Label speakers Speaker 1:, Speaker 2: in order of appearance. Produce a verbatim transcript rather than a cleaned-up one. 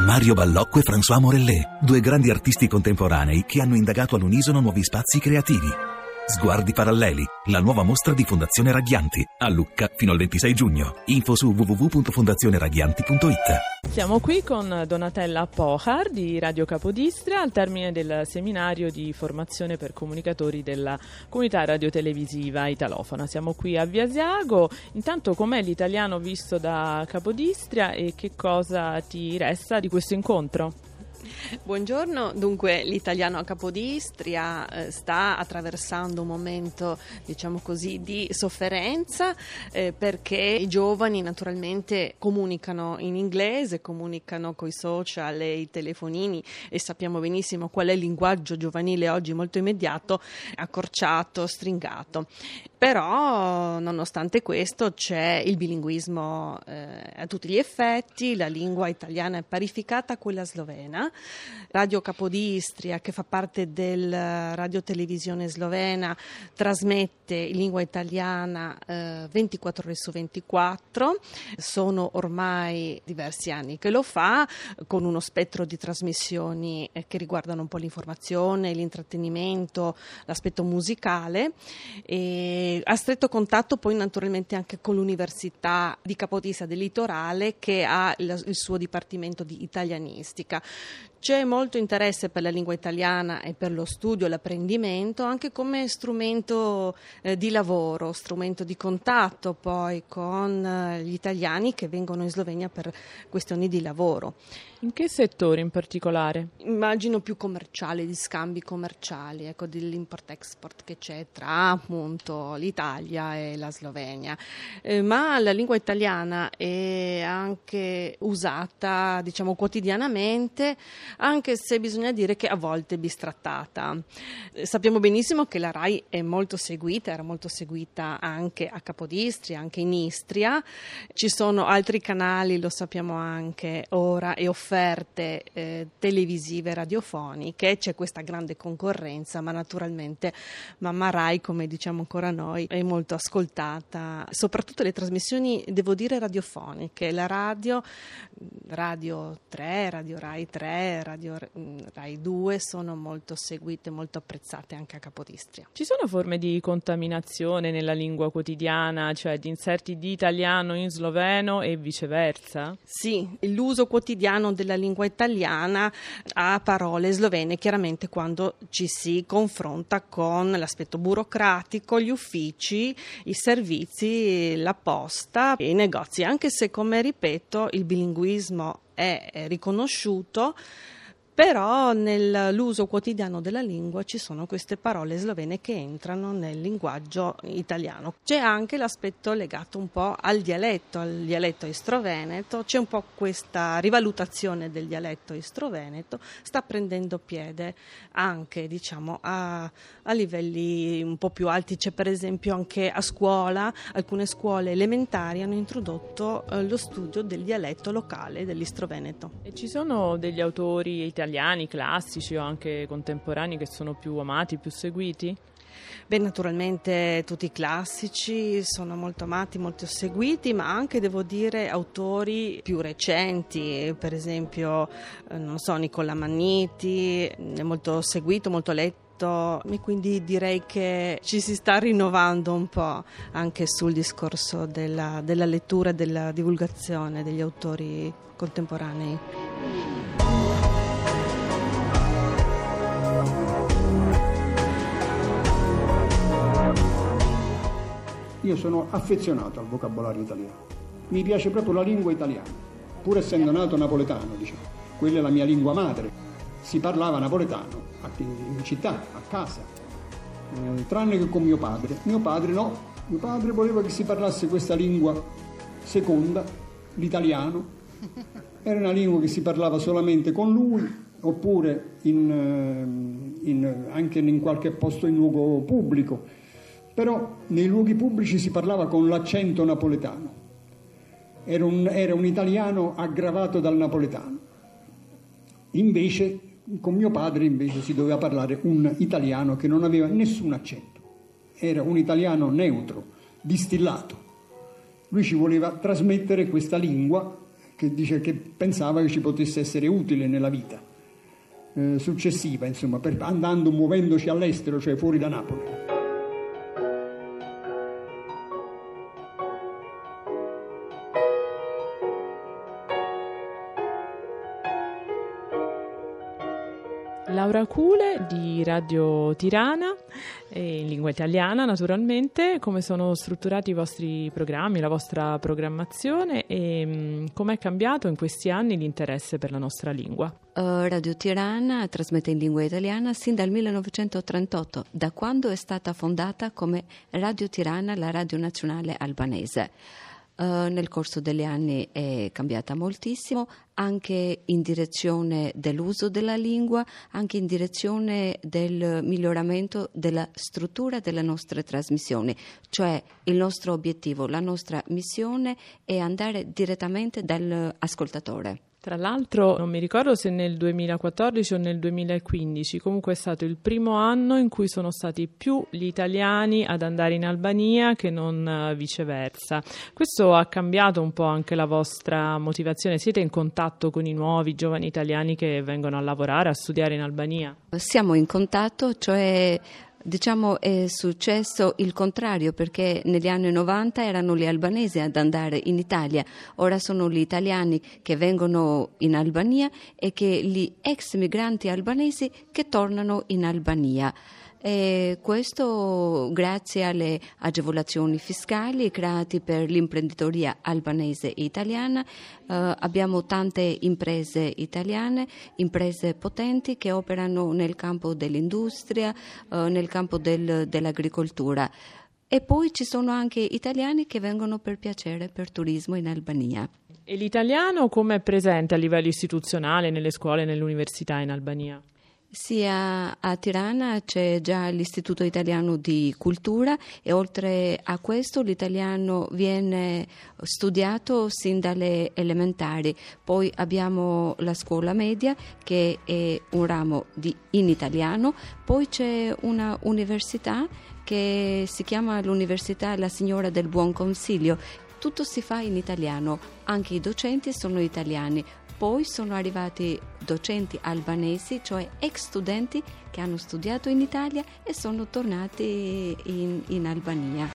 Speaker 1: Mario Ballocco e François Morellet, due grandi artisti contemporanei che hanno indagato all'unisono nuovi spazi creativi. Sguardi paralleli, la nuova mostra di Fondazione Raghianti, a Lucca fino al ventisei giugno. Info su w w w punto fondazione raghianti punto i t.
Speaker 2: Siamo qui con Donatella Pohar di Radio Capodistria al termine del seminario di formazione per comunicatori della comunità radiotelevisiva italofona. Siamo qui a Via Asiago. Intanto, com'è l'italiano visto da Capodistria e che cosa ti resta di questo incontro?
Speaker 3: Buongiorno, dunque l'italiano a Capodistria eh, sta attraversando un momento, diciamo così, di sofferenza eh, perché i giovani naturalmente comunicano in inglese, comunicano coi social e i telefonini e sappiamo benissimo qual è il linguaggio giovanile oggi, molto immediato, accorciato, stringato. Però nonostante questo c'è il bilinguismo eh, a tutti gli effetti, la lingua italiana è parificata a quella slovena. Radio Capodistria, che fa parte del Radio Televisione Slovena, trasmette in lingua italiana eh, ventiquattro ore su ventiquattro. Sono ormai diversi anni che lo fa, con uno spettro di trasmissioni eh, che riguardano un po' l'informazione, l'intrattenimento, l'aspetto musicale, e a stretto contatto poi naturalmente anche con l'Università di Capodistria del Litorale, che ha il, il suo dipartimento di italianistica. C'è molto interesse per la lingua italiana e per lo studio e l'apprendimento anche come strumento eh, di lavoro, strumento di contatto poi con eh, gli italiani che vengono in Slovenia per questioni di lavoro.
Speaker 2: In che settore in particolare?
Speaker 3: Immagino più commerciali, di scambi commerciali, ecco, dell'import-export che c'è tra appunto l'Italia e la Slovenia. Eh, ma la lingua italiana è anche usata, diciamo, quotidianamente, anche se bisogna dire che a volte è bistrattata. Eh, sappiamo benissimo che la RAI è molto seguita, era molto seguita anche a Capodistria, anche in Istria. Ci sono altri canali, lo sappiamo anche ora, e offerte eh, televisive, radiofoniche, c'è questa grande concorrenza, ma naturalmente Mamma Rai, come diciamo ancora noi, è molto ascoltata, soprattutto le trasmissioni, devo dire, radiofoniche, la radio, Radio tre, Radio Rai tre, Radio Rai due sono molto seguite, molto apprezzate anche a Capodistria.
Speaker 2: Ci sono forme di contaminazione nella lingua quotidiana, cioè di inserti di italiano in sloveno e viceversa?
Speaker 3: Sì, l'uso quotidiano della lingua italiana ha parole slovene, chiaramente quando ci si confronta con l'aspetto burocratico, gli uffici, i servizi, la posta e i negozi, anche se, come ripeto, il bilinguismo è riconosciuto, però nell'uso quotidiano della lingua ci sono queste parole slovene che entrano nel linguaggio italiano. C'è anche l'aspetto legato un po' al dialetto, al dialetto istroveneto, c'è un po' questa rivalutazione del dialetto istroveneto, sta prendendo piede anche, diciamo, a, a livelli un po' più alti. C'è per esempio anche a scuola, alcune scuole elementari hanno introdotto eh, lo studio del dialetto locale dell'istroveneto.
Speaker 2: E ci sono degli autori italiani italiani classici o anche contemporanei che sono più amati, più seguiti?
Speaker 3: Beh, naturalmente tutti i classici sono molto amati, molto seguiti, ma anche, devo dire, autori più recenti, per esempio, eh, non so, Nicola Manniti, è molto seguito, molto letto, e quindi direi che ci si sta rinnovando un po' anche sul discorso della, della lettura e della divulgazione degli autori contemporanei.
Speaker 4: Io sono affezionato al vocabolario italiano, mi piace proprio la lingua italiana, pur essendo nato napoletano, diciamo. Quella è la mia lingua madre, si parlava napoletano in città, a casa, eh, tranne che con mio padre. Mio padre no, mio padre voleva che si parlasse questa lingua seconda, l'italiano, era una lingua che si parlava solamente con lui, oppure in, in, anche in qualche posto in luogo pubblico. Però nei luoghi pubblici si parlava con l'accento napoletano, era un, era un italiano aggravato dal napoletano. Invece, con mio padre invece si doveva parlare un italiano che non aveva nessun accento, era un italiano neutro, distillato. Lui ci voleva trasmettere questa lingua che dice che pensava che ci potesse essere utile nella vita eh, successiva, insomma, per, andando, muovendoci all'estero, cioè fuori da Napoli.
Speaker 2: Laura Cule di Radio Tirana, in lingua italiana naturalmente. Come sono strutturati i vostri programmi, la vostra programmazione e mh, com'è cambiato in questi anni l'interesse per la nostra lingua?
Speaker 5: Uh, Radio Tirana trasmette in lingua italiana sin dal millenovecentotrentotto, da quando è stata fondata come Radio Tirana, la radio nazionale albanese. Uh, nel corso degli anni è cambiata moltissimo, anche in direzione dell'uso della lingua, anche in direzione del miglioramento della struttura delle nostre trasmissioni. Cioè il nostro obiettivo, la nostra missione è andare direttamente dall'ascoltatore.
Speaker 2: Tra l'altro non mi ricordo se nel duemilaquattordici o nel duemilaquindici, comunque è stato il primo anno in cui sono stati più gli italiani ad andare in Albania che non viceversa. Questo ha cambiato un po' anche la vostra motivazione? Siete in contatto con i nuovi giovani italiani che vengono a lavorare, a studiare in Albania?
Speaker 5: Siamo in contatto, cioè diciamo è successo il contrario, perché negli anni novanta erano gli albanesi ad andare in Italia, ora sono gli italiani che vengono in Albania e che gli ex migranti albanesi che tornano in Albania. E questo grazie alle agevolazioni fiscali create per l'imprenditoria albanese e italiana. Uh, abbiamo tante imprese italiane, imprese potenti che operano nel campo dell'industria, uh, nel campo del, dell'agricoltura. E poi ci sono anche italiani che vengono per piacere, per turismo in Albania.
Speaker 2: E l'italiano come è presente a livello istituzionale, nelle scuole e nelle università in Albania?
Speaker 5: Sì, a, a Tirana c'è già l'Istituto Italiano di Cultura e oltre a questo l'italiano viene studiato sin dalle elementari. Poi abbiamo la scuola media che è un ramo di, in italiano, poi c'è una università che si chiama l'Università La Signora del Buon Consiglio. Tutto si fa in italiano, anche i docenti sono italiani. Poi sono arrivati docenti albanesi, cioè ex studenti che hanno studiato in Italia e sono tornati in, in Albania.